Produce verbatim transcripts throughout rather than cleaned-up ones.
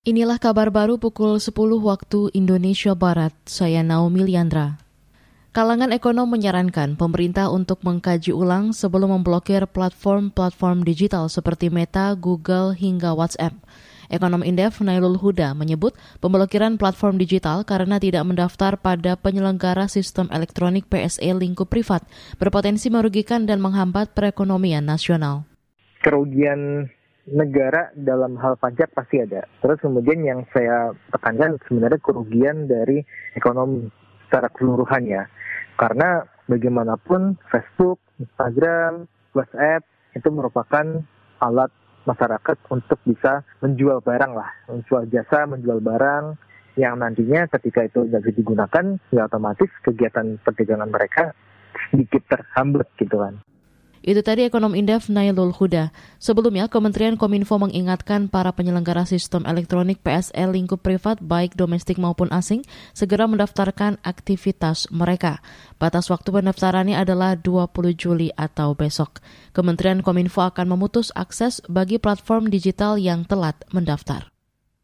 Inilah kabar baru pukul sepuluh waktu Indonesia Barat. Saya Naomi Liandra. Kalangan ekonom menyarankan pemerintah untuk mengkaji ulang sebelum memblokir platform-platform digital seperti Meta, Google, hingga WhatsApp. Ekonom Indef Nailul Huda menyebut pemblokiran platform digital karena tidak mendaftar pada penyelenggara sistem elektronik P S E lingkup privat berpotensi merugikan dan menghambat perekonomian nasional. Kerugian negara dalam hal pajak pasti ada. Terus kemudian yang saya tekankan sebenarnya kerugian dari ekonomi secara keseluruhannya. Karena bagaimanapun Facebook, Instagram, WhatsApp itu merupakan alat masyarakat untuk bisa menjual barang lah, menjual jasa, menjual barang yang nantinya ketika itu tidak bisa digunakan, ya otomatis kegiatan perdagangan mereka sedikit terhambat gitu kan. Itu tadi ekonom Indef Nailul Huda. Sebelumnya, Kementerian Kominfo mengingatkan para penyelenggara sistem elektronik P S E lingkup privat baik domestik maupun asing segera mendaftarkan aktivitas mereka. Batas waktu pendaftarannya adalah dua puluh Juli atau besok. Kementerian Kominfo akan memutus akses bagi platform digital yang telat mendaftar.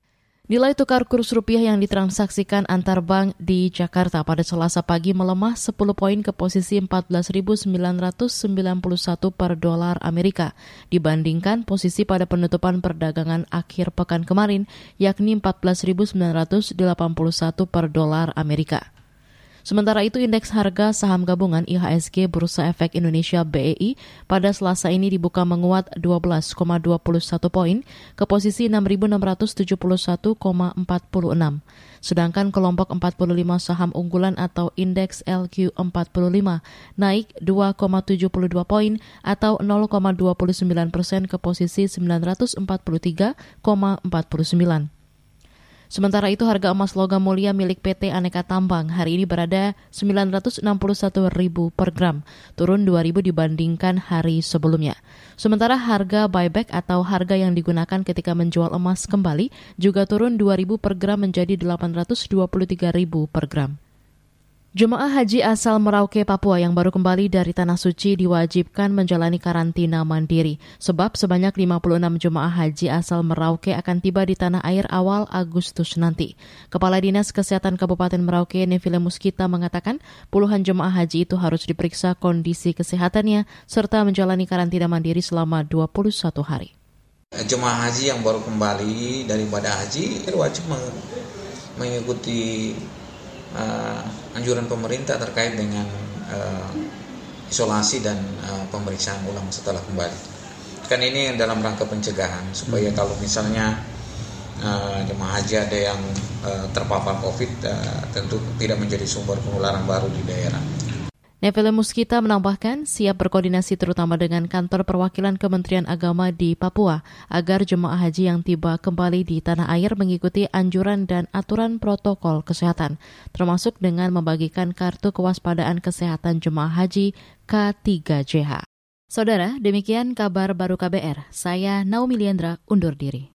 Nilai tukar kurs rupiah yang ditransaksikan antar bank di Jakarta pada Selasa pagi melemah sepuluh poin ke posisi empat belas ribu sembilan ratus sembilan puluh satu per dolar Amerika dibandingkan posisi pada penutupan perdagangan akhir pekan kemarin yakni empat belas ribu sembilan ratus delapan puluh satu per dolar Amerika. Sementara itu, indeks harga saham gabungan I H S G Bursa Efek Indonesia B E I pada Selasa ini dibuka menguat dua belas koma dua satu poin ke posisi enam ribu enam ratus tujuh puluh satu koma empat enam. Sedangkan kelompok empat puluh lima saham unggulan atau indeks L Q empat puluh lima naik dua koma tujuh dua poin atau nol koma dua sembilan persen ke posisi sembilan ratus empat puluh tiga koma empat sembilan. Sementara itu, harga emas logam mulia milik P T Aneka Tambang hari ini berada sembilan ratus enam puluh satu ribu per gram, turun dua ribu dibandingkan hari sebelumnya. Sementara harga buyback atau harga yang digunakan ketika menjual emas kembali juga turun dua ribu per gram menjadi delapan ratus dua puluh tiga ribu per gram. Jemaah haji asal Merauke, Papua yang baru kembali dari Tanah Suci diwajibkan menjalani karantina mandiri sebab sebanyak lima puluh enam jemaah haji asal Merauke akan tiba di tanah air awal Agustus nanti. Kepala Dinas Kesehatan Kabupaten Merauke, Neville Muskita, mengatakan puluhan jemaah haji itu harus diperiksa kondisi kesehatannya serta menjalani karantina mandiri selama dua puluh satu hari. Jemaah haji yang baru kembali dari ibadah haji wajib mengikuti Uh, anjuran pemerintah terkait dengan uh, isolasi dan uh, pemeriksaan ulang setelah kembali. Kan ini dalam rangka pencegahan supaya kalau misalnya uh, jemaah haji ada yang uh, terpapar COVID uh, tentu tidak menjadi sumber penularan baru di daerah. Neville Muskita menambahkan siap berkoordinasi terutama dengan kantor perwakilan Kementerian Agama di Papua agar jemaah haji yang tiba kembali di tanah air mengikuti anjuran dan aturan protokol kesehatan, termasuk dengan membagikan kartu kewaspadaan kesehatan jemaah haji K tiga J H. Saudara, demikian kabar baru K B R. Saya Naomi Liandra undur diri.